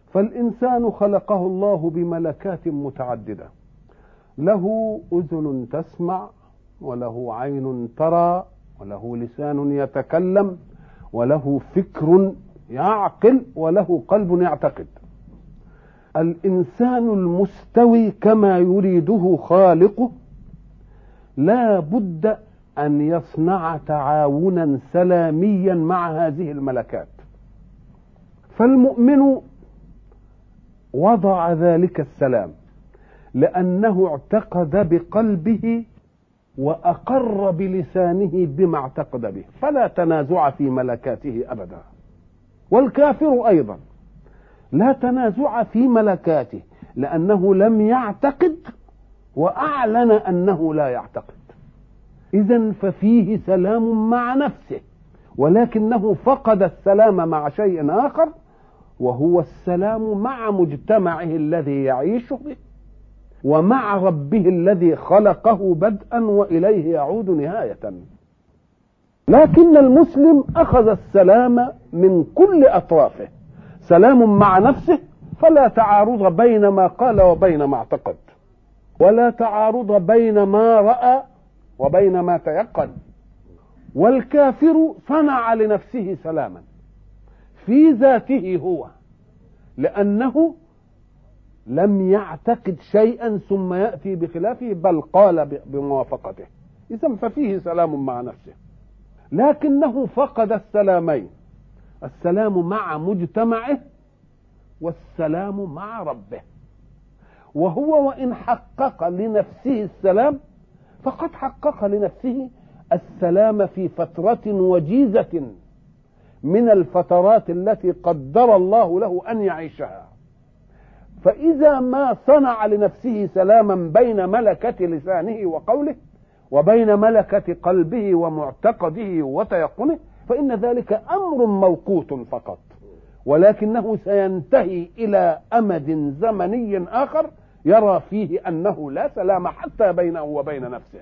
فالإنسان خلقه الله بملكات متعددة، له أذن تسمع، وله عين ترى، وله لسان يتكلم، وله فكر يعقل، وله قلب يعتقد. الإنسان المستوي كما يريده خالقه لا بد أن يصنع تعاونا سلاميا مع هذه الملكات. فالمؤمن وضع ذلك السلام لأنه اعتقد بقلبه وأقر بلسانه بما اعتقد به، فلا تنازع في ملكاته أبدا. والكافر أيضا لا تنازع في ملكاته، لأنه لم يعتقد وأعلن أنه لا يعتقد. إذن ففيه سلام مع نفسه، ولكنه فقد السلام مع شيء آخر، وهو السلام مع مجتمعه الذي يعيش به، ومع ربه الذي خلقه بدءا وإليه يعود نهاية. لكن المسلم أخذ السلام من كل أطرافه، سلام مع نفسه، فلا تعارض بين ما قال وبين ما اعتقد، ولا تعارض بين ما رأى وبين ما تيقن. والكافر صنع لنفسه سلاما في ذاته هو، لأنه لم يعتقد شيئا ثم يأتي بخلافه، بل قال بموافقته. إذن ففيه سلام مع نفسه، لكنه فقد السلامين، السلام مع مجتمعه والسلام مع ربه. وهو وإن حقق لنفسه السلام فقد حقق لنفسه السلام في فترة وجيزة من الفترات التي قدر الله له أن يعيشها. فإذا ما صنع لنفسه سلاما بين ملكة لسانه وقوله وبين ملكة قلبه ومعتقده وتيقنه، فإن ذلك أمر موقوت فقط، ولكنه سينتهي إلى أمد زمني آخر يرى فيه أنه لا سلام حتى بينه وبين نفسه،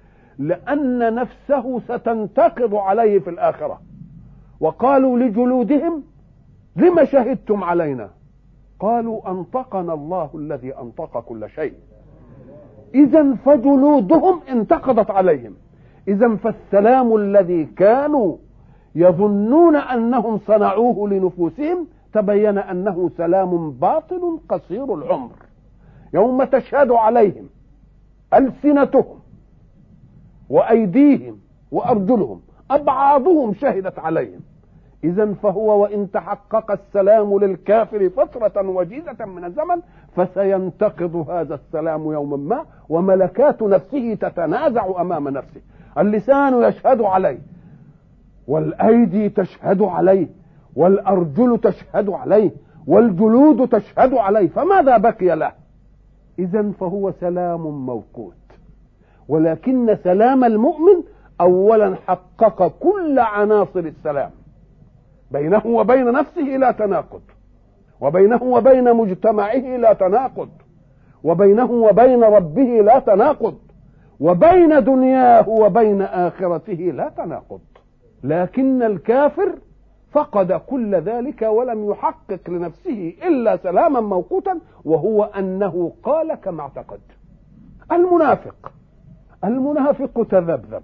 لأن نفسه ستنتقض عليه في الآخرة. وقالوا لجلودهم: لما شهدتم علينا؟ قالوا: أنطقنا الله الذي أنطق كل شيء. إذن فجلودهم انتقضت عليهم. إذن فالسلام الذي كانوا يظنون أنهم صنعوه لنفوسهم تبين أنه سلام باطل قصير العمر. يوم تشهد عليهم ألسنتهم وأيديهم وأرجلهم، أبعاضهم شهدت عليهم. إذن فهو وإن تحقق السلام للكافر فترة وجيزة من الزمن، فسينتقض هذا السلام يوما ما، وملكات نفسه تتنازع أمام نفسه. اللسان يشهد عليه، والأيدي تشهد عليه، والأرجل تشهد عليه، والجلود تشهد عليه، فماذا بقي له؟ إذن فهو سلام موقوت. ولكن سلام المؤمن أولا حقق كل عناصر السلام، بينه وبين نفسه لا تناقض، وبينه وبين مجتمعه لا تناقض، وبينه وبين ربه لا تناقض، وبين دنياه وبين آخرته لا تناقض. لكن الكافر فقد كل ذلك ولم يحقق لنفسه إلا سلاما موقوتا، وهو أنه قال كما اعتقد. المنافق تذبذب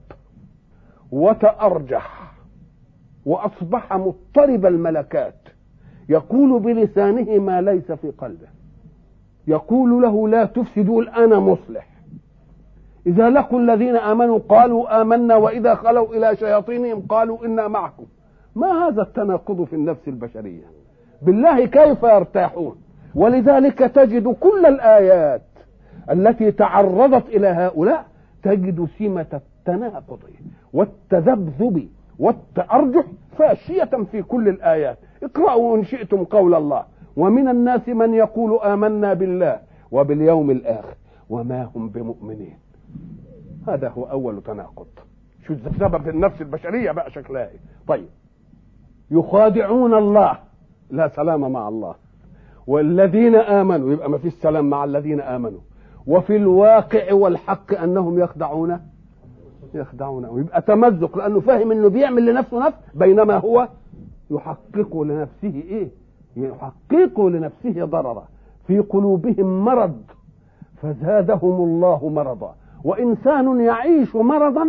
وتأرجح وأصبح مضطرب الملكات، يقول بلسانه ما ليس في قلبه، يقول له لا تفسدوا أنا مصلح. إذا لقوا الذين آمنوا قالوا آمنا، وإذا خلوا إلى شياطينهم قالوا إنا معكم. ما هذا التناقض في النفس البشرية؟ بالله كيف يرتاحون؟ ولذلك تجد كل الآيات التي تعرضت إلى هؤلاء تجد سمة التناقض والتذبذب والتأرجح فاشية في كل الآيات. اقرأوا إن شئتم قول الله: ومن الناس من يقول آمنا بالله وباليوم الآخر وما هم بمؤمنين. هذا هو أول تناقض. شو السبب النفس البشرية بقى شكلها؟ طيب، يخادعون الله، لا سلام مع الله. والذين آمنوا، يبقى ما فيش سلام مع الذين آمنوا. وفي الواقع والحق أنهم يخدعون، ويبقى تمزق، لأنه فاهم أنه بيعمل لنفسه نفس، بينما هو يحقق لنفسه إيه؟ يحققوا لنفسه ضررا، في قلوبهم مرض فزادهم الله مرضا. وإنسان يعيش مرضا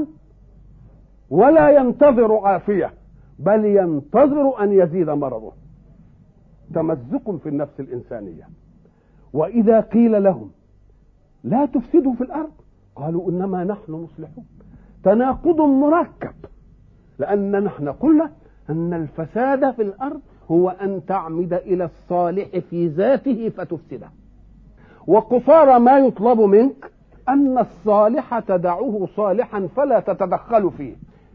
ولا ينتظر عافية بل ينتظر أن يزيد مرضه، تمزق في النفس الإنسانية. وإذا قيل لهم لا تفسدوا في الأرض قالوا إنما نحن مصلحون. تناقض مركب، لأن نحن قلنا أن الفساد في الأرض هو أن تعمد إلى الصالح في ذاته فتفسده، وقصارى ما يطلب منك أن الصالح تدعه صالحا فلا تتدخل فيه،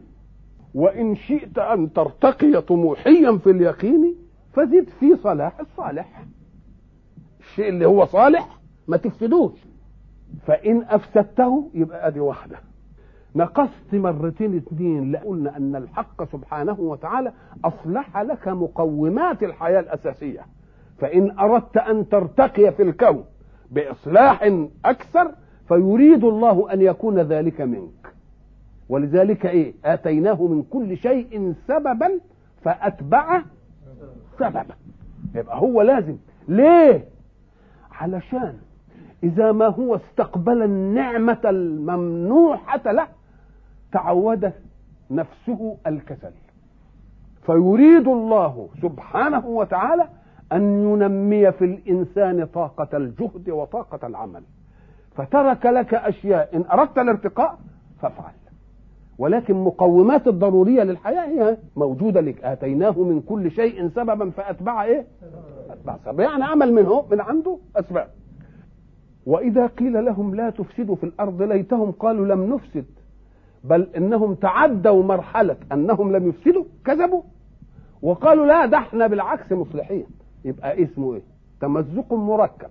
وإن شئت أن ترتقي طموحيا في اليقين فزد في صلاح الصالح. الشيء اللي هو صالح ما تفسدوش، فإن أفسدته يبقى أدي واحدة نقصت مرتين اتنين. لقلنا أن الحق سبحانه وتعالى أصلح لك مقومات الحياة الأساسية، فإن أردت أن ترتقي في الكون بإصلاح أكثر فيريد الله أن يكون ذلك منك. ولذلك إيه؟ آتيناه من كل شيء سببا فأتبع سببا. يبقى هو لازم ليه؟ علشان إذا ما هو استقبل النعمة الممنوحة له تعود نفسه الكسل، فيريد الله سبحانه وتعالى أن ينمي في الإنسان طاقة الجهد وطاقة العمل، فترك لك أشياء إن أردت الارتقاء فافعل، ولكن مقومات الضرورية للحياة هي موجودة لك. آتيناه من كل شيء سببا فأتبع إيه؟ أتبع سبب، يعني عمل منه من عنده أسباب. وإذا قيل لهم لا تفسدوا في الأرض ليتهم قالوا لم نفسد، بل إنهم تعدوا مرحلة أنهم لم يفسدوا، كذبوا وقالوا لا ده احنا بالعكس مصلحين. يبقى اسمه إيه؟ تمزق مركب.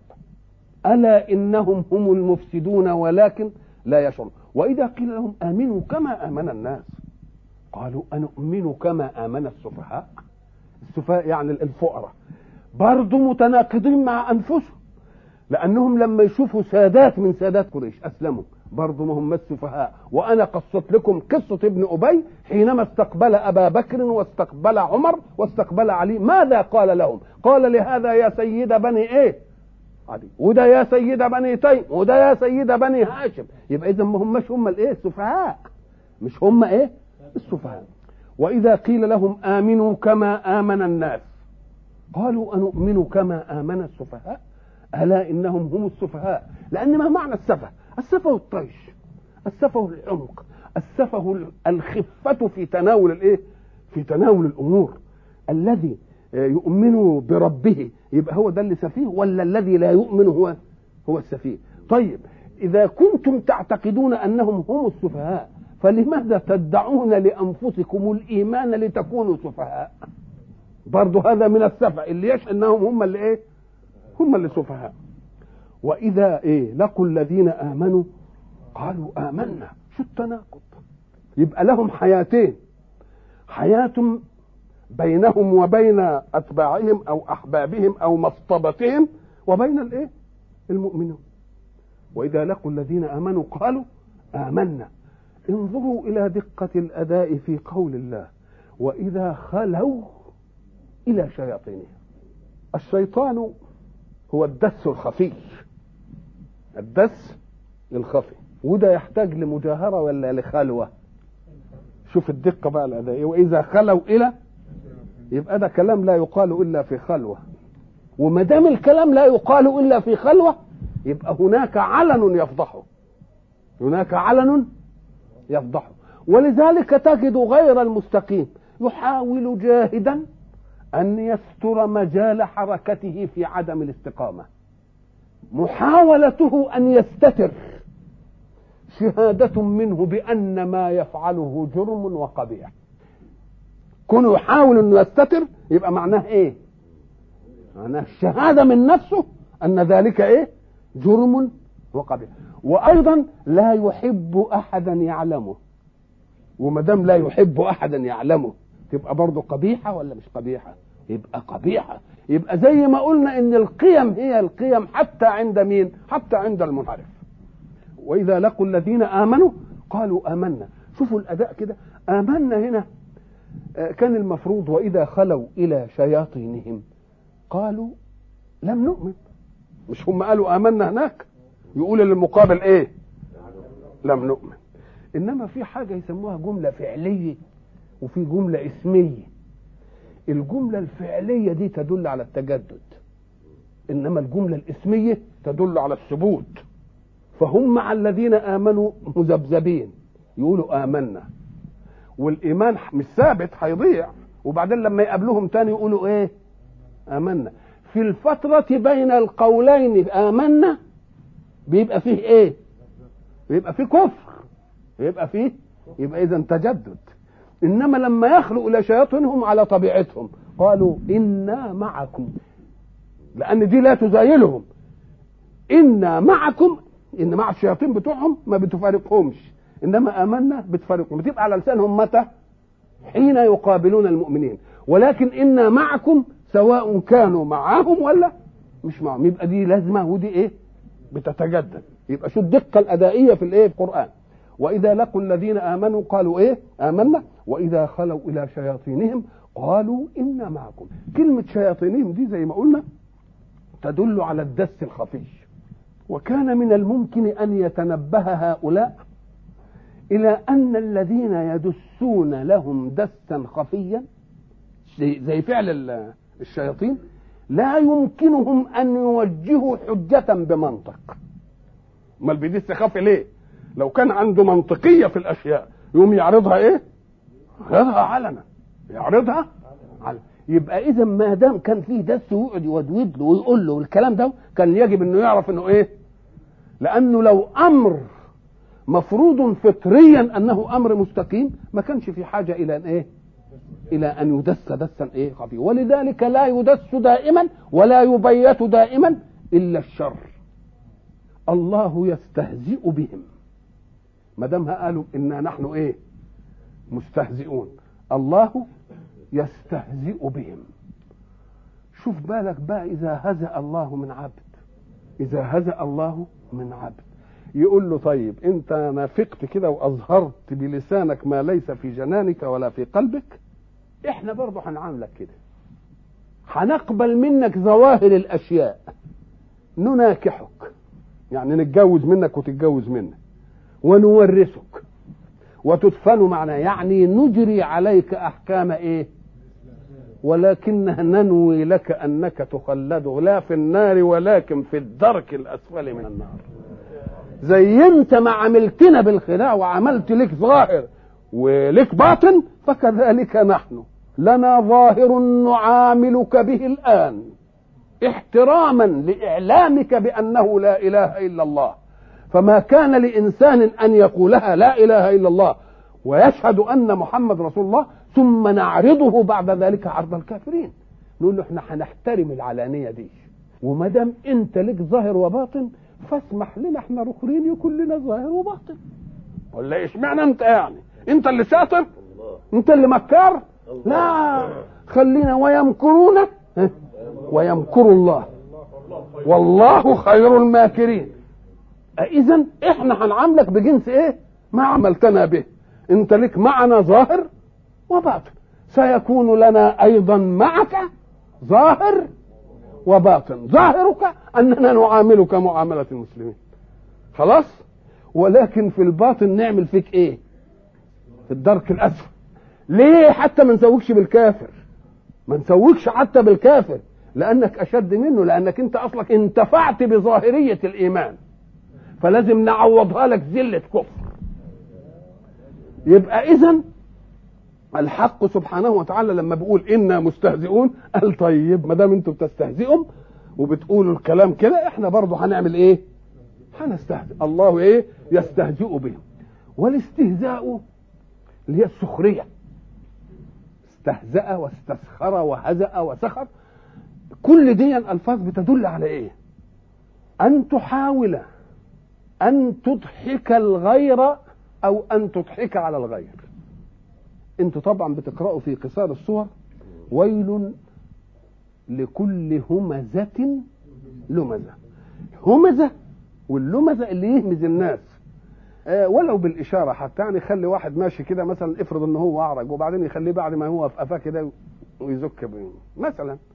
ألا إنهم هم المفسدون ولكن لا يشعرون. وإذا قيل لهم آمنوا كما آمن الناس قالوا أنؤمن كما آمن السفهاء. السفهاء يعني الفقراء، برضو متناقضين مع أنفسهم، لأنهم لما يشوفوا سادات من سادات قريش أسلموا، برضو ما هم السفهاء. وأنا قصت لكم قصة ابن أبي حينما استقبل أبا بكر واستقبل عمر واستقبل علي، ماذا قال لهم؟ قال لهذا يا سيد بني إيه علي، وده يا سيد بني تيم، وده يا سيد بني هاشم. يبقى إذا ما همش هم الإيه؟ السفهاء، مش هم إيه؟ السفهاء. وإذا قيل لهم آمنوا كما آمن الناس قالوا أنؤمن كما آمن السفهاء. ألا إنهم هم السفهاء. لأن ما معنى السفه؟ السفه الطيش، السفه العمق، السفه الخفة في تناول الإيه؟ في تناول الأمور. الذي يؤمن بربه يبقى هو ده اللي سفيه، ولا الذي لا يؤمن هو السفيه؟ طيب إذا كنتم تعتقدون أنهم هم السفهاء فلماذا تدعون لأنفسكم الإيمان لتكونوا سفهاء؟ برضو هذا من السفه اللي يشعر أنهم هم اللي إيه؟ هم اللي سفهاء. وإذا إيه لقوا الذين آمنوا قالوا آمنا. شو التناقض؟ يبقى لهم حياتين، حياة بينهم وبين أتباعهم أو أحبابهم أو مصطبتهم، وبين الإيه؟ المؤمنون. وإذا لقوا الذين آمنوا قالوا آمنا. انظروا إلى دقة الأداء في قول الله وإذا خلوا إلى شياطينهم. الشيطان هو الدس الخفي، الدس الخفي، وده يحتاج لمجاهرة ولا لخلوة؟ شوف الدقة بقى الأداء. وإذا خلوا إلى، يبقى ده كلام لا يقال إلا في خلوة، وما دام الكلام لا يقال إلا في خلوة يبقى هناك علن يفضحه، هناك علن يفضحه. ولذلك تجد غير المستقيم يحاول جاهدا أن يستر مجال حركته في عدم الاستقامة. محاولته أن يستتر شهادة منه بأن ما يفعله جرم وقبيح. كونه يحاول أن يستتر يبقى معناه إيه؟ معناه الشهادة من نفسه أن ذلك إيه؟ جرم وقبيح. وأيضا لا يحب أحدا يعلمه، وما دام لا يحب أحدا يعلمه تبقى برضه قبيحة ولا مش قبيحة؟ يبقى قبيحة. يبقى زي ما قلنا ان القيم هي القيم حتى عند مين؟ حتى عند المنحرف. واذا لقوا الذين امنوا قالوا امنا. شوفوا الاداء كده، امنا هنا كان المفروض واذا خلوا الى شياطينهم قالوا لم نؤمن. مش هم قالوا آمنا هناك؟ يقول للمقابل ايه؟ لم نؤمن. انما في حاجة يسموها جملة فعلية وفي جملة اسمية. الجملة الفعلية دي تدل على التجدد، انما الجملة الاسمية تدل على الثبوت. فهم مع الذين آمنوا مذبذبين يقولوا آمنا، والإيمان مش ثابت هيضيع، وبعدين لما يقابلوهم تاني يقولوا ايه؟ آمنا. في الفترة بين القولين آمنا بيبقى فيه ايه؟ بيبقى فيه كفر، يبقى إذن تجدد. إنما لما يخلق إلى شياطينهم على طبيعتهم قالوا إنا معكم، لأن دي لا تزايلهم. إنا معكم، إن مع الشياطين بتوعهم ما بتفارقهمش، إنما آمنا بتفارقهم، بتبقى على لسانهم متى؟ حين يقابلون المؤمنين. ولكن إنا معكم سواء كانوا معهم ولا مش معهم، يبقى دي لازمة ودي إيه؟ بتتجدد. يبقى شو الدقة الأدائية في الإيه؟ القرآن. وإذا لقوا الذين آمنوا قالوا إيه؟ آمنا، وإذا خلوا إلى شياطينهم قالوا إنا معكم. كلمة شياطينهم دي زي ما قلنا تدل على الدس الخفي. وكان من الممكن أن يتنبه هؤلاء إلى أن الذين يدسون لهم دسا خفيا زي فعل الشياطين لا يمكنهم أن يوجهوا حجة بمنطق. ما بيدس خفي ليه؟ لو كان عنده منطقية في الأشياء يوم يعرضها إيه؟ يعرضها علنا، يعرضها علنا. يبقى إذا ما دام كان فيه دس ويقعد يودود له ويقول له الكلام ده، كان يجب إنه يعرف إنه إيه؟ لأنه لو أمر مفروض فطريا أنه أمر مستقيم ما كانش في حاجة إلى أن إيه؟ إلى أن يدس دسا إيه؟ خفي. ولذلك لا يدس دائما ولا يبيت دائما إلا الشر. الله يستهزئ بهم، ما دامها قالوا إنا نحن إيه؟ مستهزئون. الله يستهزئ بهم. شوف بالك بقى إذا هزأ الله من عبد، إذا هزأ الله من عبد يقول له طيب أنت نافقت كده وأظهرت بلسانك ما ليس في جنانك ولا في قلبك، إحنا برضو هنعاملك كده، هنقبل منك ظواهر الأشياء، نناكحك يعني نتجوز منك وتتجوز منك، ونورثك وتدفن معنا، يعني نجري عليك أحكام إيه؟ ولكن ننوي لك أنك تخلد لا في النار ولكن في الدرك الأسفل من النار. زي انت ما عملتنا بالخداع وعملت لك ظاهر ولك باطن، فكذلك نحن لنا ظاهر نعاملك به الآن احتراما لإعلامك بأنه لا إله إلا الله. فما كان لإنسان أن يقولها لا إله إلا الله ويشهد أن محمد رسول الله ثم نعرضه بعد ذلك عرض الكافرين. نقول له احنا هنحترم العلانية دي، وما دام انت لك ظاهر وباطن فاسمح لنا احنا الاخرين يكون لنا ظاهر وباطن. ولا ايش معنى انت؟ يعني انت اللي شاطر؟ انت اللي مكار؟ لا، خلينا ويمكرون ويمكر الله والله خير الماكرين. اذا احنا هنعاملك بجنس ايه؟ ما عملتنا به. انت لك معنا ظاهر وباطن، سيكون لنا ايضا معك ظاهر وباطن. ظاهرك اننا نعاملك معاملة المسلمين خلاص، ولكن في الباطن نعمل فيك ايه؟ في الدرك الاسفل. ليه؟ حتى ما نسويكش بالكافر، ما نسويكش حتى بالكافر، لانك اشد منه، لانك انت اصلك انتفعت بظاهرية الايمان، فلازم نعوضها لك ذلة كفر. يبقى اذن الحق سبحانه وتعالى لما بيقول إنا مستهزئون قال طيب ما دام انتم بتستهزئوا وبتقولوا الكلام كده احنا برضه هنعمل ايه؟ هنستهزئ. الله ايه؟ يستهزئ بهم. والاستهزاء اللي هي السخرية، استهزأ واستسخر وهزأ وسخر، كل دي الألفاظ بتدل على ايه؟ أن تحاول أن تضحك الغير أو أن تضحك على الغير. انتوا طبعا بتقرأوا في قصار الصور ويل لكل همزة لمزة. همزة واللمزة اللي يهمز الناس ولو بالإشارة حتى، يعني يخلي واحد ماشي كده مثلا، افرض انه هو أعرج وبعدين يخليه بعد ما هو في قفاه كده ويزك مثلا،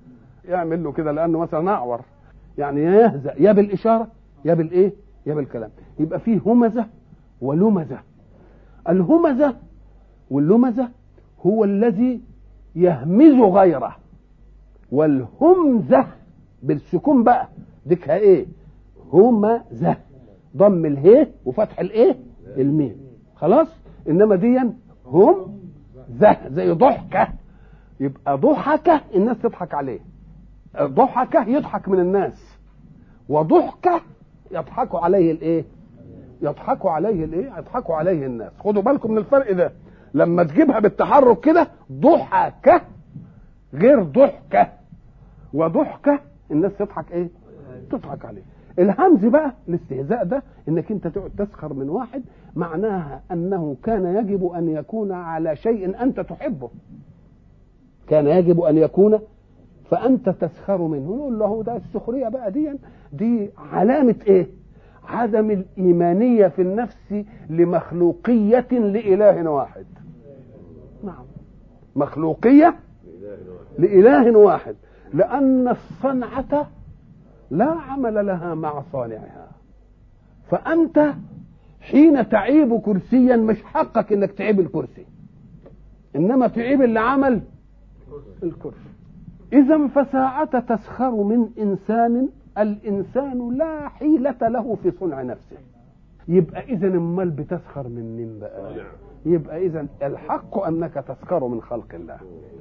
يعمل له كده لانه مثلا اعور، يعني يهزأ يا بالاشاره يا بالايه يا بالكلام. يبقى فيه همزه ولمزه. الهمزه واللمزه هو الذي يهمز غيره، والهمزه بالسكون بقى ديكها ايه؟ همزه، ضم اله وفتح الايه الميم، خلاص. انما ديا همزه زي ضحكه، يبقى ضحكه الناس تضحك عليه، ضحكه يضحك من الناس، وضحكه يضحكوا عليه الايه؟ يضحكوا عليه الايه؟ يضحكوا عليه الناس. خدوا بالكم من الفرق ده، لما تجيبها بالتحرك كده ضحكه غير ضحكه، وضحكه الناس تضحك ايه؟ تضحك عليه. الهمز بقى الاستهزاء ده انك انت تقعد تسخر من واحد، معناها انه كان يجب ان يكون على شيء انت تحبه، كان يجب ان يكون، فانت تسخر منه. نقول له ده السخريه بقى دي علامه ايه؟ عدم الايمانيه في النفس لمخلوقيه لاله واحد. نعم، مخلوقيه لاله واحد، لان الصنعه لا عمل لها مع صانعها. فأنت حين تعيب كرسيا مش حقك انك تعيب الكرسي، انما تعيب اللي عمل الكرسي. اذا فساعة تسخر من انسان، الانسان لا حيلة له في صنع نفسه. يبقى اذا امال بتسخر من مين بقى؟ يبقى اذا الحق انك تسخر من خلق الله.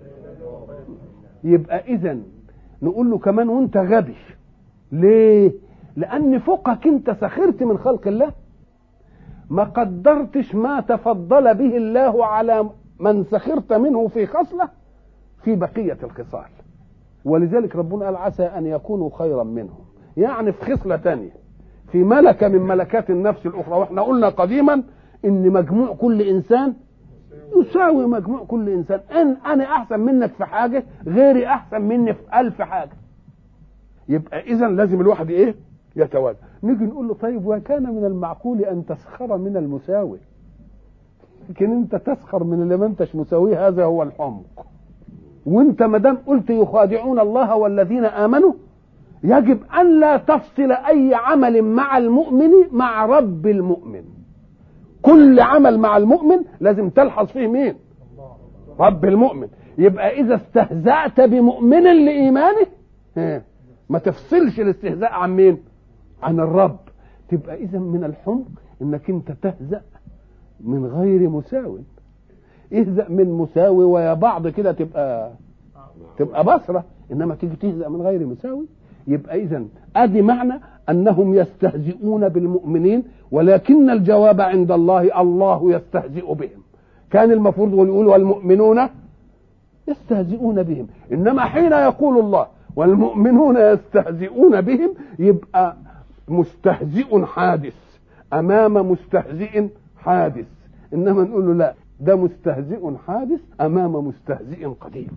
يبقى اذا نقول له كمان وانت غبي، ليه؟ لأن فوقك أنت سخرت من خلق الله، ما قدرتش ما تفضل به الله على من سخرت منه في خصلة في بقية الخصال. ولذلك ربنا قال عسى أن يكونوا خيرا منهم، يعني في خصلة تانية، في ملكة من ملكات النفس الأخرى. وإحنا قلنا قديما إن مجموع كل إنسان يساوي مجموع كل إنسان. أنا أحسن منك في حاجة، غيري أحسن مني في 1000 حاجة. يبقى اذا لازم الواحد ايه؟ يتوازن. نيجي نقول له طيب وكان من المعقول ان تسخر من المساوي، لكن انت تسخر من اللي ما انتش مساوي، هذا هو الحمق. وانت ما دام قلت يخادعون الله والذين امنوا، يجب ان لا تفصل اي عمل مع المؤمن مع رب المؤمن. كل عمل مع المؤمن لازم تلحظ فيه مين؟ رب المؤمن. يبقى اذا استهزأت بمؤمن لايمانه ما تفصلش الاستهزاء عن مين؟ عن الرب. تبقى اذا من الحمق انك انت تهزأ من غير مساو. اهزأ من مساوي ويا بعض كده تبقى بصرة، انما تيجي تهزأ من غير مساوي. يبقى اذا ادي معنى انهم يستهزئون بالمؤمنين، ولكن الجواب عند الله، الله يستهزئ بهم. كان المفروض يقول والمؤمنون يستهزئون بهم، انما حين يقول الله والمؤمنون يستهزئون بهم يبقى مستهزئ حادث امام مستهزئ حادث. انما نقول له لا، ده مستهزئ حادث امام مستهزئ قديم.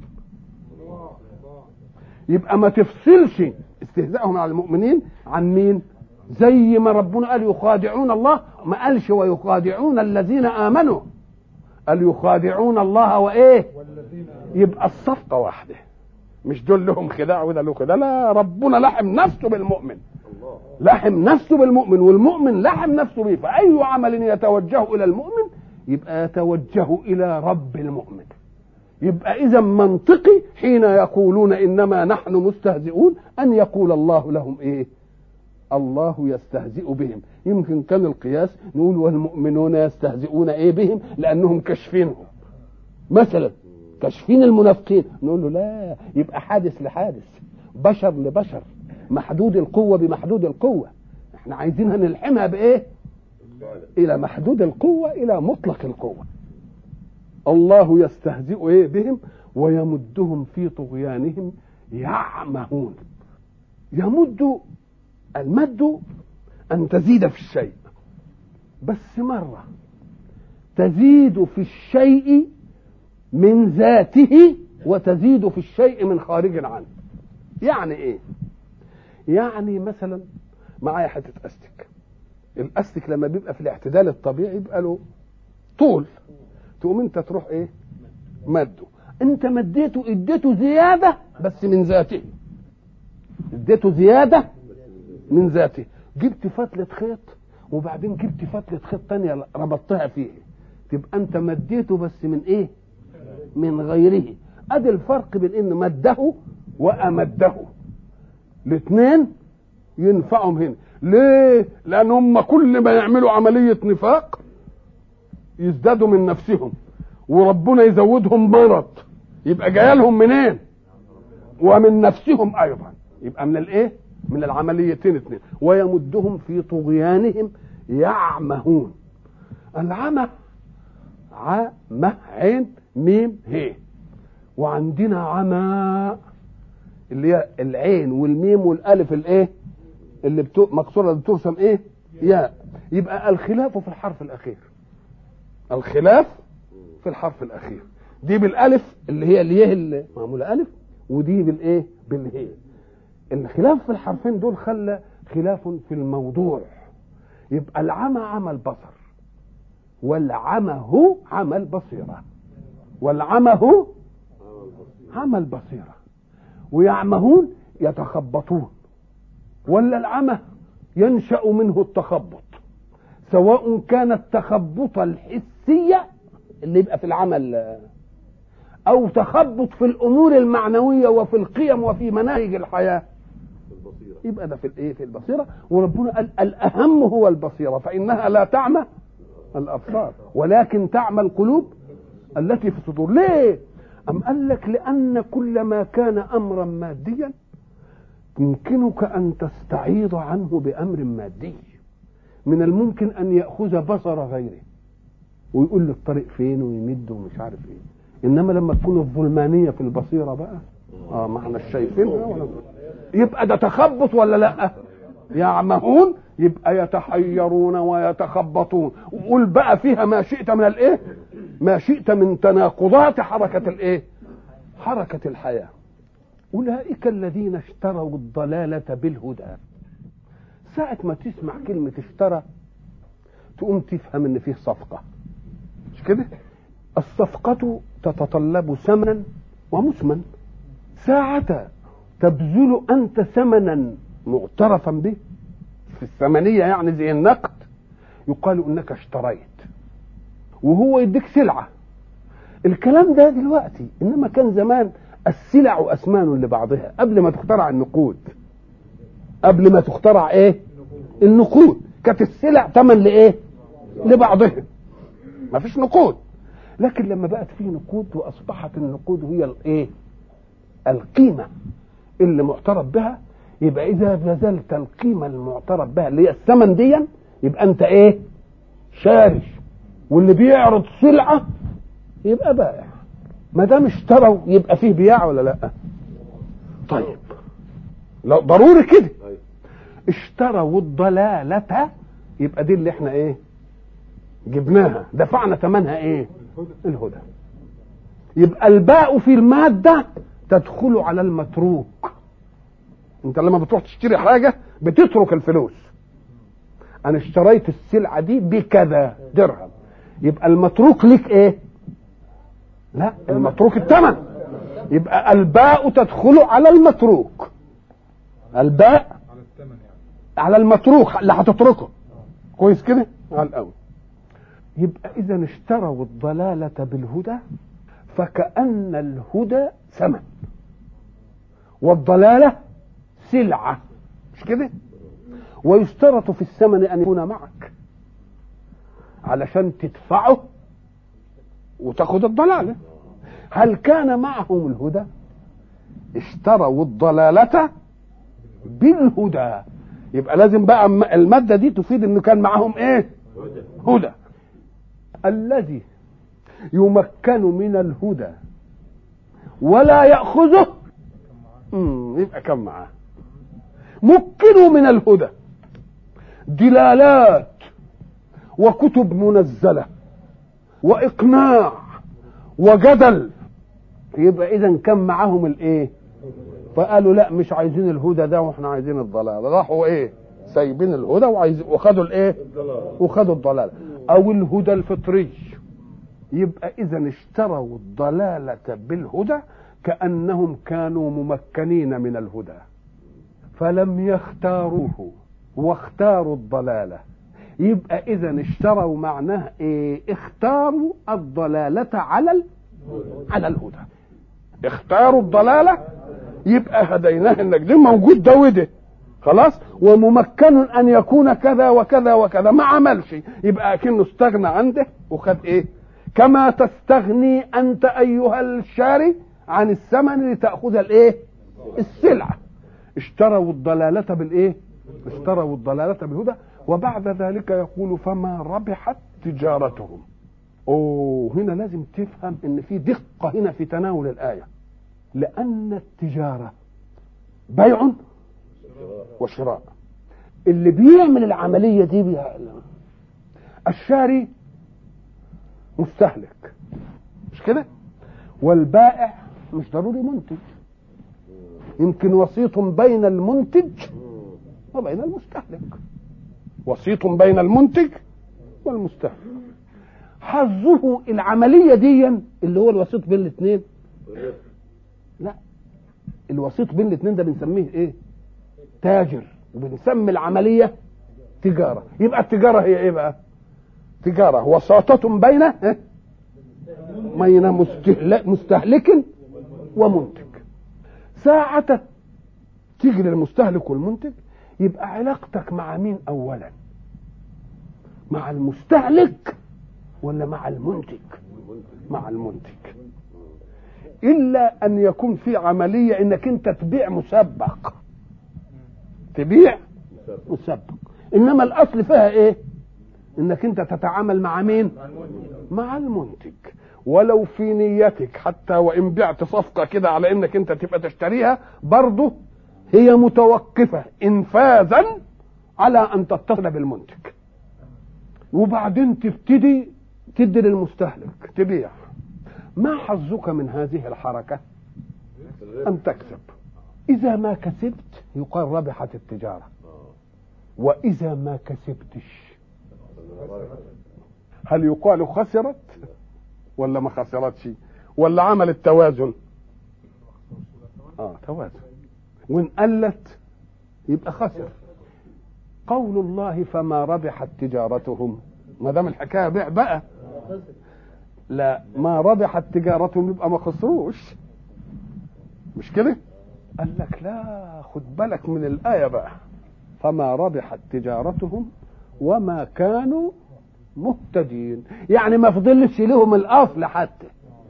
يبقى ما تفصلش استهزائهم على المؤمنين عن مين؟ زي ما ربنا قال يخادعون الله، ما قالش ويخادعون الذين امنوا، قال يخادعون الله وايه؟ يبقى الصفقه واحده، مش دول لهم خداع وده له خداع. لا، ربنا لحم نفسه بالمؤمن، لحم نفسه بالمؤمن، والمؤمن لحم نفسه به. فأي عمل يتوجه إلى المؤمن يبقى يتوجه إلى رب المؤمن. يبقى إذا منطقي حين يقولون إنما نحن مستهزئون أن يقول الله لهم إيه؟ الله يستهزئ بهم. يمكن كان القياس نقول والمؤمنون يستهزئون إيه بهم؟ لأنهم كشفينهم مثلا، كشفين المنافقين. نقول له لا، يبقى حادث لحادث، بشر لبشر، محدود القوة بمحدود القوة. احنا عايزينها نلحمها بايه؟ الى محدود القوة، الى مطلق القوة. الله يستهزئ ايه بهم ويمدهم في طغيانهم يعمهون. يمد، المد ان تزيد في الشيء، بس مرة تزيد في الشيء من ذاته وتزيد في الشيء من خارج عنه. يعني ايه؟ يعني مثلا معايا حته استك، الاستك لما بيبقى في الاعتدال الطبيعي يبقى له طول، تقوم انت تروح ايه؟ مده. انت مديته اديته زياده بس من ذاته، اديته زياده من ذاته. جبت فتله خيط وبعدين جبت فتله خيط تانية ربطتها فيه، تبقى انت مديته بس من ايه؟ من غيره. ادي الفرق بين ان مده وامده، الاثنين ينفعهم هنا. ليه؟ لان هم كل ما يعملوا عمليه نفاق يزدادوا من نفسهم وربنا يزودهم مرض، يبقى جاي لهم منين؟ ومن نفسهم ايضا. يبقى من الايه؟ من العمليتين اثنين. ويمدهم في طغيانهم يعمهون. العمى عمى عين ميم هي، وعندنا عمى اللي هي العين والميم والالف الايه اللي مكسوره اللي بترسم ايه؟ ياء. يبقى الخلاف في الحرف الاخير، الخلاف في الحرف الاخير. دي بالالف اللي هي الياء اللي معموله الف، ودي بالايه؟ بالهي. الخلاف في الحرفين دول خلى خلاف في الموضوع. يبقى العمى عمى البصر، والعمى هو عمى البصيره، والعمى هو عمى البصيره. ويعمهون يتخبطون، ولا العمى ينشأ منه التخبط، سواء كان التخبط الحسية اللي يبقى في العمل أو تخبط في الأمور المعنوية وفي القيم وفي مناهج الحياة، يبقى ده في الايه؟ في البصيرة. وربنا قال الأهم هو البصيرة، فإنها لا تعمى الأبصار ولكن تعمى القلوب التي في الصدور. ليه؟ أم قال لك لأن كل ما كان أمرا ماديا يمكنك أن تستعيض عنه بأمر مادي. من الممكن أن يأخذ بصر غيره ويقول له الطريق فين ويمد ومش عارف ايه. إنما لما تكون الظلمانية في البصيرة بقى ما احنا شايفينها ولا يبقى ده تخبط ولا لا؟ يعمهون يبقى يتحيرون ويتخبطون. وقول بقى فيها ما شئت من الايه؟ ما شئت من تناقضات حركة الايه؟ حركة الحياة. أولئك الذين اشتروا الضلالة بالهدى. ساعة ما تسمع كلمة اشترى تقوم تفهم ان فيه صفقة، مش كده؟ الصفقة تتطلب ثمنا ومثمن. ساعة تبذل أنت ثمنا معترفا به في الثمنية، يعني زي النقد، يقال انك اشتريت، وهو يديك سلعة. الكلام ده دلوقتي، انما كان زمان السلع أثمان لبعضها قبل ما تخترع النقود. قبل ما تخترع ايه؟ النقود. كانت السلع ثمن لايه؟ لبعضها، ما فيش نقود. لكن لما بقت فيه نقود واصبحت النقود هي الايه؟ القيمة اللي معترف بها، يبقى اذا بذلت القيمة المعترف بها اللي هي الثمن دي، يبقى انت ايه؟ شاري. واللي بيعرض سلعة يبقى بائع. ما دام اشتروا يبقى فيه بياع ولا لا؟ طيب لا ضروري كده. اشتروا الضلالة، يبقى دي اللي احنا ايه؟ جبناها، دفعنا ثمنها ايه؟ الهدى. يبقى الباء في المادة تدخل على المتروك. انت لما بتروح تشتري حاجة بتترك الفلوس. انا اشتريت السلعة دي بكذا درهم، يبقى المتروك لك ايه؟ لا، المتروك الثمن. يبقى الباء تدخل على المتروك. الباء على المتروك اللي هتتركه. كويس كده؟ على الاول. يبقى اذا اشتروا الضلالة بالهدى، فكأن الهدى ثمن والضلالة سلعة، مش كده؟ ويشترط في الثمن ان يكون معك علشان تدفعه وتاخد الضلالة. هل كان معهم الهدى؟ اشتروا الضلالة بالهدى. يبقى لازم بقى المادة دي تفيد انه كان معهم ايه؟ هدى. الذي يمكن من الهدى ولا يأخذه يبقى كم معاه. مكنوا من الهدى دلالات وكتب منزلة وإقناع وجدل، يبقى إذن كم معهم الايه؟ فقالوا لا مش عايزين الهدى ده واحنا عايزين الضلال. راحوا ايه؟ سايبين الهدى وخدوا الايه؟ وخدوا الضلال او الهدى الفطري. يبقى اذا اشتروا الضلالة بالهدى كأنهم كانوا ممكنين من الهدى. فلم يختاروه واختاروا الضلالة. يبقى إذن اشتروا معناه إيه؟ اختاروا الضلالة على الهدى. اختاروا الضلالة يبقى هديناه النجدين، موجود ده وده خلاص، وممكن أن يكون كذا وكذا وكذا، ما عملش يبقى كأنه استغنى عنده وخد إيه؟ كما تستغني أنت أيها الشاري عن الثمن لتأخذ الإيه؟ السلعة. اشتروا الضلالة بالإيه؟ اشتروا الضلالة بالهدى. وبعد ذلك يقول فما ربحت تجارتهم. هنا لازم تفهم ان في دقة هنا في تناول الآية، لأن التجارة بيع وشراء. اللي بيعمل العملية دي الشاري مستهلك، مش كده؟ والبائع مش ضروري منتج، يمكن وسيط بين المنتج وبين المستهلك، وسيط بين المنتج والمستهلك. حظه العملية دي اللي هو الوسيط بين الاثنين، لا، الوسيط بين الاثنين ده بنسميه ايه؟ تاجر، وبنسمي العملية تجارة. يبقى التجارة هي ايه بقى؟ تجارة وساطة بين مستهلك ومنتج. ساعة تيجي للمستهلك والمنتج، يبقى علاقتك مع مين اولا؟ مع المستهلك ولا مع المنتج؟ مع المنتج. الا ان يكون في عملية انك انت تبيع مسبق، تبيع مسبق، انما الاصل فيها ايه؟ انك انت تتعامل مع مين؟ مع المنتج. ولو في نيتك حتى وان بعت صفقة كده على انك انت تبقى تشتريها، برضه هي متوقفة انفاذا على ان تتصل بالمنتج. وبعدين تبتدي تدي للمستهلك تبيع. ما حظك من هذه الحركة؟ أن تكسب. إذا ما كسبت يقال ربحت التجارة، وإذا ما كسبتش هل يقال خسرت ولا ما خسرتش ولا عملت توازن؟ توازن. وإن قلت يبقى خسر. قول الله فما ربحت تجارتهم، ما دام الحكايه بيع بقى، لا، ما ربحت تجارتهم يبقى ما خسروش، مش كده؟ قال لك لا، خد بالك من الآية بقى، فما ربحت تجارتهم وما كانوا مهتدين. يعني ما فضلش لهم الأصل، حتى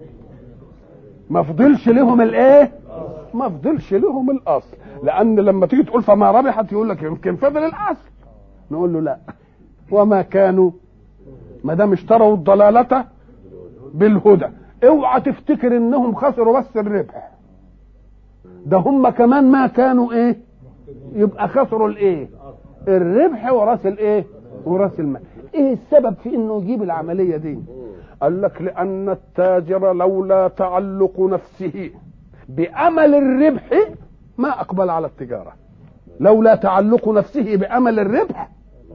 ما فضلش لهم الايه؟ ما فضلش لهم الأصل. لأن لما تيجي تقول فما ربحت يقول لك يمكن فضل الأصل، نقول له لا، وما كانوا، ما دام اشتروا الضلالة بالهدى. اوعى تفتكر انهم خسروا بس الربح، ده هم كمان ما كانوا ايه؟ يبقى خسروا الايه؟ الربح وراس الايه؟ وراس المال. ايه السبب في انه يجيب العملية دي؟ قال لك لان التاجر لولا تعلق نفسه بأمل الربح ما اقبل على التجارة. لولا تعلق نفسه بأمل الربح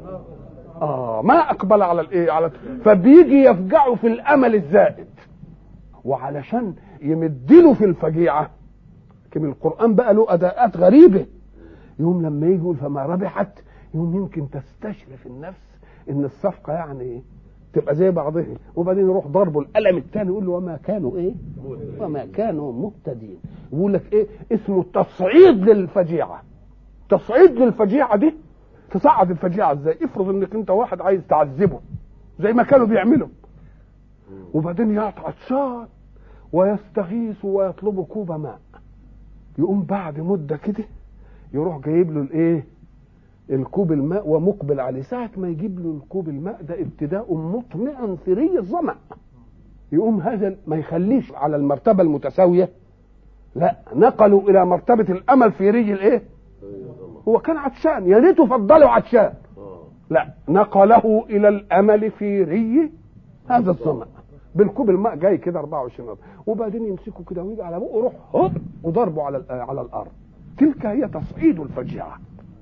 ما اقبل على الايه؟ فبيجي يفجعه في الامل الزائد، وعلشان يمدله في الفجيعة كم القرآن بقى له أداءات غريبة. يوم لما يجي يقول فما ربحت، يوم يمكن تستشرف النفس ان الصفقة يعني تبقى زي بعضها، وبعدين يروح ضربه القلم الثاني يقول له وما كانوا ايه؟ وما كانوا مهتدين. يقول لك ايه؟ اسمه تصعيد للفجيعة. تصعيد للفجيعة دي، تصعد الفجيعة ازاي؟ افرض انك انت واحد عايز تعذبه زي ما كانوا بيعملوا، وبعدين يقطع عطشان ويستغيث ويطلب كوب ماء، يقوم بعد مدة كده يروح جايب له الايه؟ الكوب الماء ومقبل عليه. ساعة ما يجيب له الكوب الماء ده ابتداء مطمئا في ري الظمأ، يقوم هذا ما يخليش على المرتبة المتساوية، لا، نقلوا الى مرتبة الامل في ري الايه؟ هو كان عطشان، يا ريته فضلوا عطشان، لا، نقله الى الامل في ري هذا الظمأ بالكوب الماء جاي كده 24 نقطة، وبعدين يمسكه كده ويجي على بقه يروح وضربه على الارض. تلك هي تصعيد الفجيعة.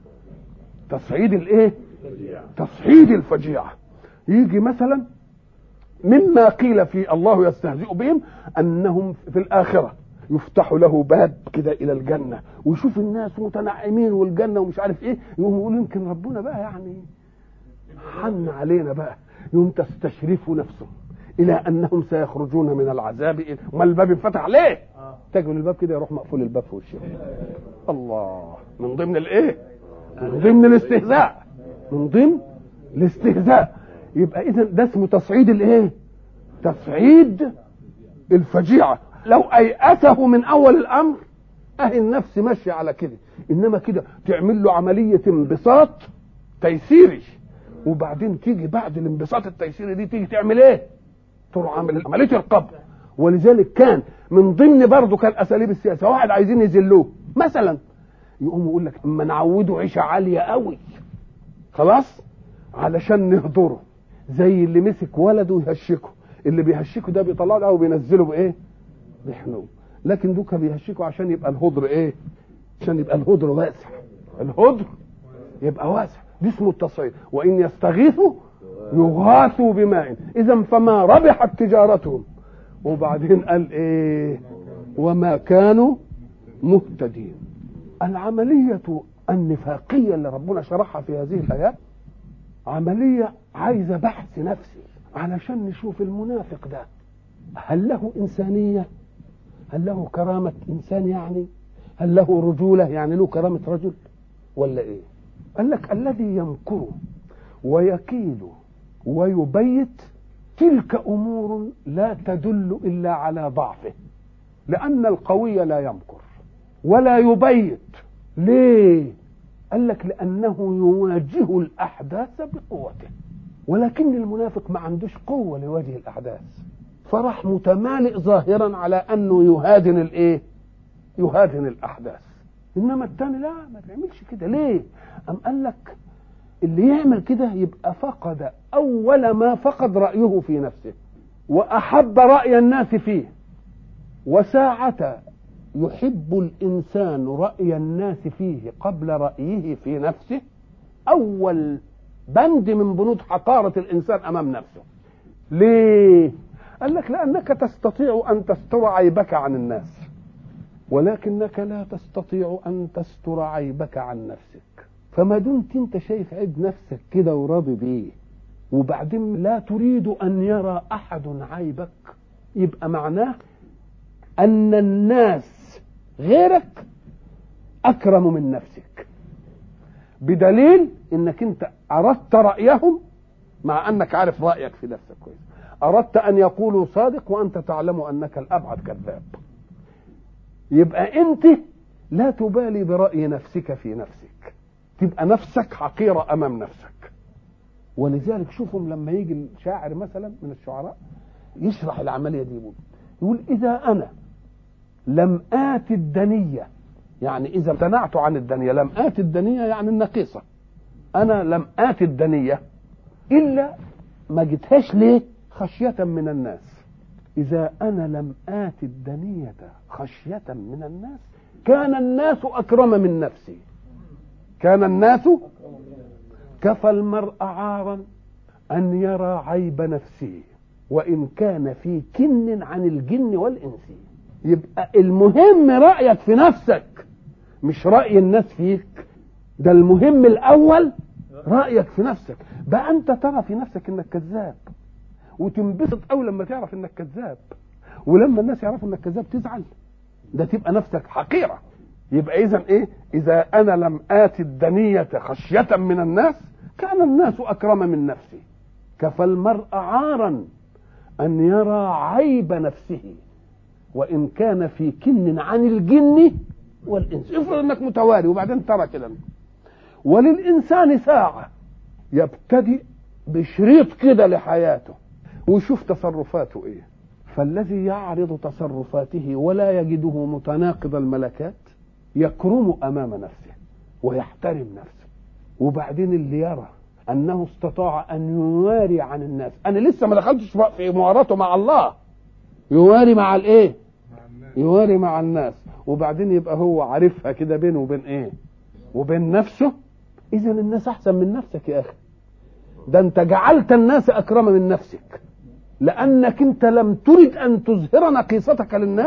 تصعيد الايه؟ تصعيد الفجيعة. يجي مثلا مما قيل في الله يستهزئ بهم انهم في الآخرة يفتح له باب كده الى الجنه ويشوف الناس متنعمين والجنه ومش عارف ايه، يقوم يقول يمكن ربنا بقى يعني حن علينا بقى، يوم تستشرف نفسه الى انهم سيخرجون من العذاب. ما الباب انفتح ليه؟ تجد الباب كده يروح مقفول الباب في وشه. الله، من ضمن الايه؟ من ضمن الاستهزاء، من ضمن الاستهزاء. يبقى اذا ده اسمه تصعيد الايه؟ تصعيد الفجيعه. لو ايأسه من اول الامر اهي النفس ماشيه على كده، انما كده تعمل له عمليه انبساط تيسيري، وبعدين تيجي بعد الانبساط التيسيري دي تيجي تعمل ايه؟ تروح عامل عمليه القبض. ولذلك كان من ضمن برضه كان اساليب السياسه، واحد عايزين يذلوه مثلا يقوم يقول لك اما نعوده عيشه عاليه قوي خلاص علشان نهضره، زي اللي مسك ولده يهشكه، اللي بيهشكه ده بيطلعه له وبينزله بايه؟ بحنوه. لكن دوكا بيهشكه عشان يبقى الهضر ايه؟ عشان يبقى الهضر واسع، الهضر يبقى واسع. دي اسمه التصعيد. وان يستغيثوا يغاثوا بماء. اذا فما ربحت تجارتهم. وبعدين قال ايه؟ وما كانوا مهتدين. العملية النفاقية اللي ربنا شرحها في هذه الآيات عملية عايزة بحث نفسي علشان نشوف المنافق ده هل له إنسانية؟ هل له كرامة إنسان؟ يعني هل له رجولة؟ يعني له كرامة رجل ولا إيه؟ قال لك الذي يمكر ويكيد ويبيت تلك أمور لا تدل إلا على ضعفه، لأن القوي لا يمكر ولا يبيت. ليه؟ قال لك لأنه يواجه الأحداث بقوته، ولكن المنافق ما عندوش قوة لواجه الأحداث، فرح متمالئ ظاهرا على أنه يهادن الإيه؟ يهادن الأحداث. إنما الثاني لا، ما بيعملش كده. ليه؟ أم قال لك اللي يعمل كده يبقى فقد أول ما فقد رأيه في نفسه وأحب رأي الناس فيه. وساعة يحب الإنسان رأي الناس فيه قبل رأيه في نفسه، أول بند من بنود حقارة الإنسان أمام نفسه. ليه؟ قال لك لأنك تستطيع أن تستر عيبك عن الناس، ولكنك لا تستطيع أن تستر عيبك عن نفسك. فما دمت انت شايف عيب نفسك كده وراضي بيه، وبعدين لا تريد أن يرى أحد عيبك، يبقى معناه أن الناس غيرك أكرم من نفسك، بدليل أنك أنت أردت رأيهم مع أنك عارف رأيك في نفسك كويس. أردت أن يقولوا صادق وأنت تعلم أنك الأبعد كذاب. يبقى أنت لا تبالي برأي نفسك في نفسك، تبقى نفسك حقيرة أمام نفسك. ولذلك شوفهم لما يجي الشاعر مثلا من الشعراء يشرح العملية دي، يقول إذا أنا لم آتي الدنية، يعني إذا امتنعت عن الدنيا، لم آتي الدنية يعني النقيصة، أنا لم آتي الدنية إلا ما جتهاش ليه؟ خشية من الناس. إذا أنا لم آتي الدنية خشية من الناس كان الناس أكرم من نفسي. كان الناس كفى المرء عارا أن يرى عيب نفسه وإن كان في كن عن الجن والإنس. يبقى المهم رأيك في نفسك مش رأي الناس فيك، ده المهم الأول رأيك في نفسك. بقى أنت ترى في نفسك إنك كذاب وتنبسط أول لما تعرف إنك كذاب، ولما الناس يعرفوا إنك كذاب تزعل، ده تبقى نفسك حقيرة. يبقى إذن إيه؟ إذا أنا لم آتي الدنية خشية من الناس كان الناس أكرم من نفسي. كفى المرء عارا أن يرى عيب نفسه وإن كان في كن عن الجن والإنس. افرض أنك متوالي وبعدين ترى كده. وللإنسان ساعة يبتدئ بشريط كده لحياته ويشوف تصرفاته إيه. فالذي يعرض تصرفاته ولا يجده متناقض الملكات يكرم أمام نفسه ويحترم نفسه. وبعدين اللي يرى أنه استطاع أن يواري عن الناس، أنا لسه ما دخلتش في مواراته مع الله، يواري مع الإيه؟ يواري مع الناس، وبعدين يبقى هو عارفها كده بينه وبين إيه؟ وبين نفسه. إذن الناس أحسن من نفسك يا أخي، ده أنت جعلت الناس أكرم من نفسك، لأنك أنت لم ترد أن تظهر نقيصتك للناس،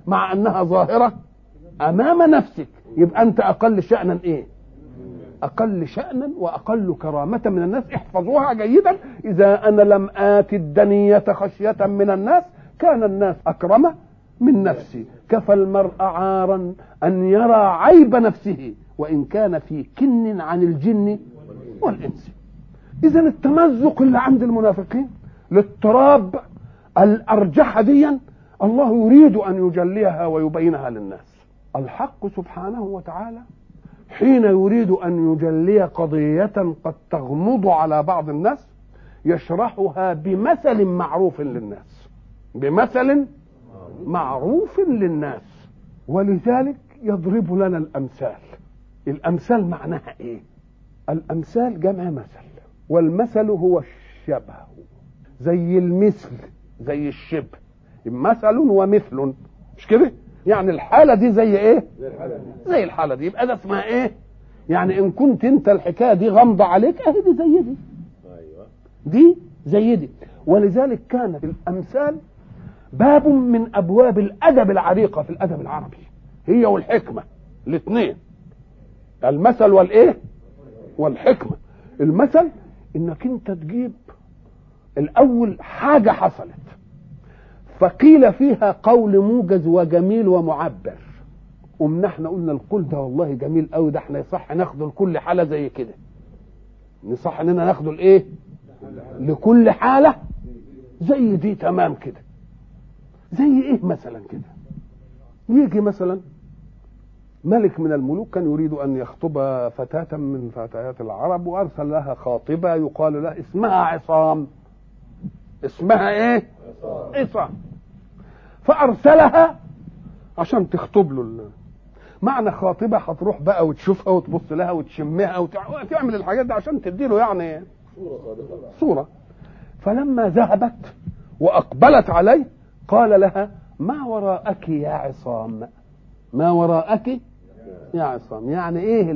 مع انها ظاهرة امام نفسك، يبقى انت اقل شأنا ايه؟ اقل شأنا واقل كرامة من الناس. احفظوها جيدا. اذا انا لم آتي الدنية خشية من الناس كان الناس اكرم من نفسي. كفى المرء عارا ان يرى عيب نفسه وان كان في كن عن الجن والانس. اذا التمزق اللي عند المنافقين الاضطراب الارجح ديا الله يريد ان يجليها ويبينها للناس. الحق سبحانه وتعالى حين يريد ان يجلي قضية قد تغمض على بعض الناس يشرحها بمثل معروف للناس، بمثل معروف للناس. ولذلك يضرب لنا الامثال. الامثال معناها ايه؟ الامثال جمع مثل، والمثل هو الشبه، زي المثل زي الشبه، مثل ومثل، مش كده؟ يعني الحالة دي زي ايه؟ زي الحالة دي. يبقى ده اسمها ايه؟ يعني ان كنت انت الحكاية دي غامضة عليك اهي دي زي دي، دي زي دي. ولذلك كانت الامثال باب من ابواب الادب العريقة في الادب العربي، هي والحكمة الاثنين، المثل والايه والحكمة. المثل انك انت تجيب الاول حاجة حصلت فقيل فيها قول موجز وجميل ومعبر، قمنا احنا قلنا القول ده والله جميل قوي، ده احنا يصح ناخده لكل حالة زي كده، نصح اننا ناخده لايه؟ لكل حالة زي دي، تمام كده. زي ايه مثلا كده؟ يجي مثلا ملك من الملوك كان يريد ان يخطب فتاة من فتيات العرب، وارسل لها خاطبة يقال لها اسمها عصام. اسمها ايه؟ عصام. فارسلها عشان تخطب له. معنى خاطبة هتروح بقى وتشوفها وتبص لها وتشمها وتعمل الحاجات دي عشان تديله يعني صورة. فلما ذهبت واقبلت عليه قال لها ما وراءك يا عصام؟ ما وراءك يا عصام يعني ايه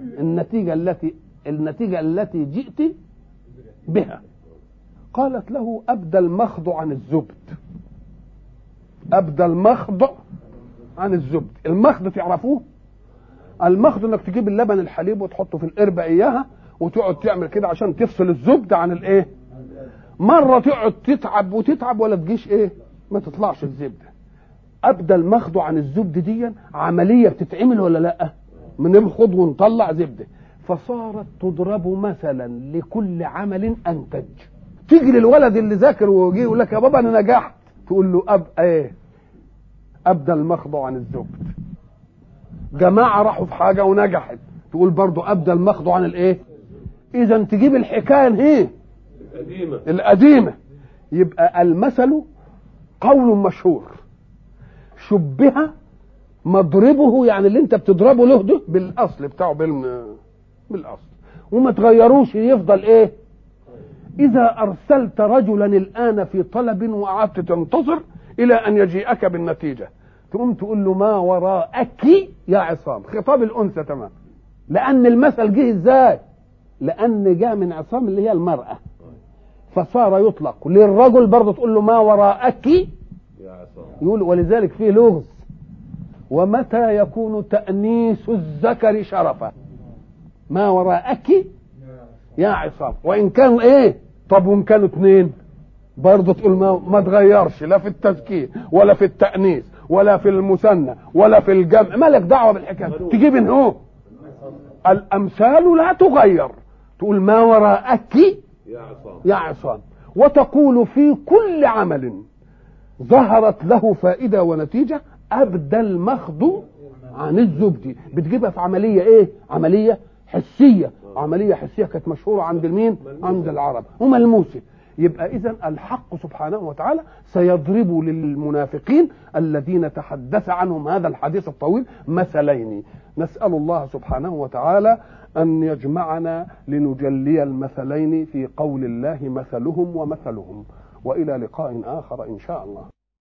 النتيجة التي جئت بها؟ قالت له أبدى المخض عن الزبد. أبدى المخض عن الزبد. المخض تعرفوه؟ المخض انك تجيب اللبن الحليب وتحطه في القربة اياها وتقعد تعمل كده عشان تفصل الزبد عن الايه. مرة تقعد تتعب وتتعب ولا تجيش ايه، ما تطلعش الزبدة. أبدى المخض عن الزبد دي عملية بتتعمل ولا لا؟ بنمخض ونطلع زبدة. فصارت تضرب مثلا لكل عمل أنتج. تيجي للولد اللي ذاكر ويجي يقول لك يا بابا انا نجحت، تقول له ابدى المخض عن الزبد. جماعه راحوا في حاجه ونجحت، تقول برضو ابدى المخض عن الايه. اذا تجيب الحكايه الايه القديمه. يبقى المثل قول مشهور شبه مضربه، يعني اللي انت بتضربه له ده بالاصل بتاعه بالاصل وما تغيروش، يفضل ايه. إذا أرسلت رجلا الآن في طلب وقعدت تنتظر إلى أن يجيئك بالنتيجة، تقوم تقول له ما وراءك يا عصام، خطاب الأنثى تمام. لأن المثل جه إزاي؟ لأن جاء من عصام اللي هي المرأة، فصار يطلق للرجل برضه تقول له ما وراءك يا عصام. يقول ولذلك فيه لغز، ومتى يكون تأنيس الذكر شرفا؟ ما وراءك يا عصام. وإن كانوا إيه؟ طب وإن كانوا اثنين برضه تقول ما تغيرش، لا في التذكير ولا في التأنيث ولا في المثنى ولا في الجمع، مالك دعوة بالحكاية. تجيب إن هو الأمثال لا تغير، تقول ما وراءك يا عصام. وتقول في كل عمل ظهرت له فائدة ونتيجة أبدى المخض عن الزبد. بتجيبها في عملية إيه؟ عملية حسية. عملية حسية كانت مشهورة عند المين؟ عند العرب وملموسة. يبقى إذن الحق سبحانه وتعالى سيضرب للمنافقين الذين تحدث عنهم هذا الحديث الطويل مثلين. نسأل الله سبحانه وتعالى أن يجمعنا لنجلي المثلين في قول الله مثلهم ومثلهم. وإلى لقاء آخر إن شاء الله.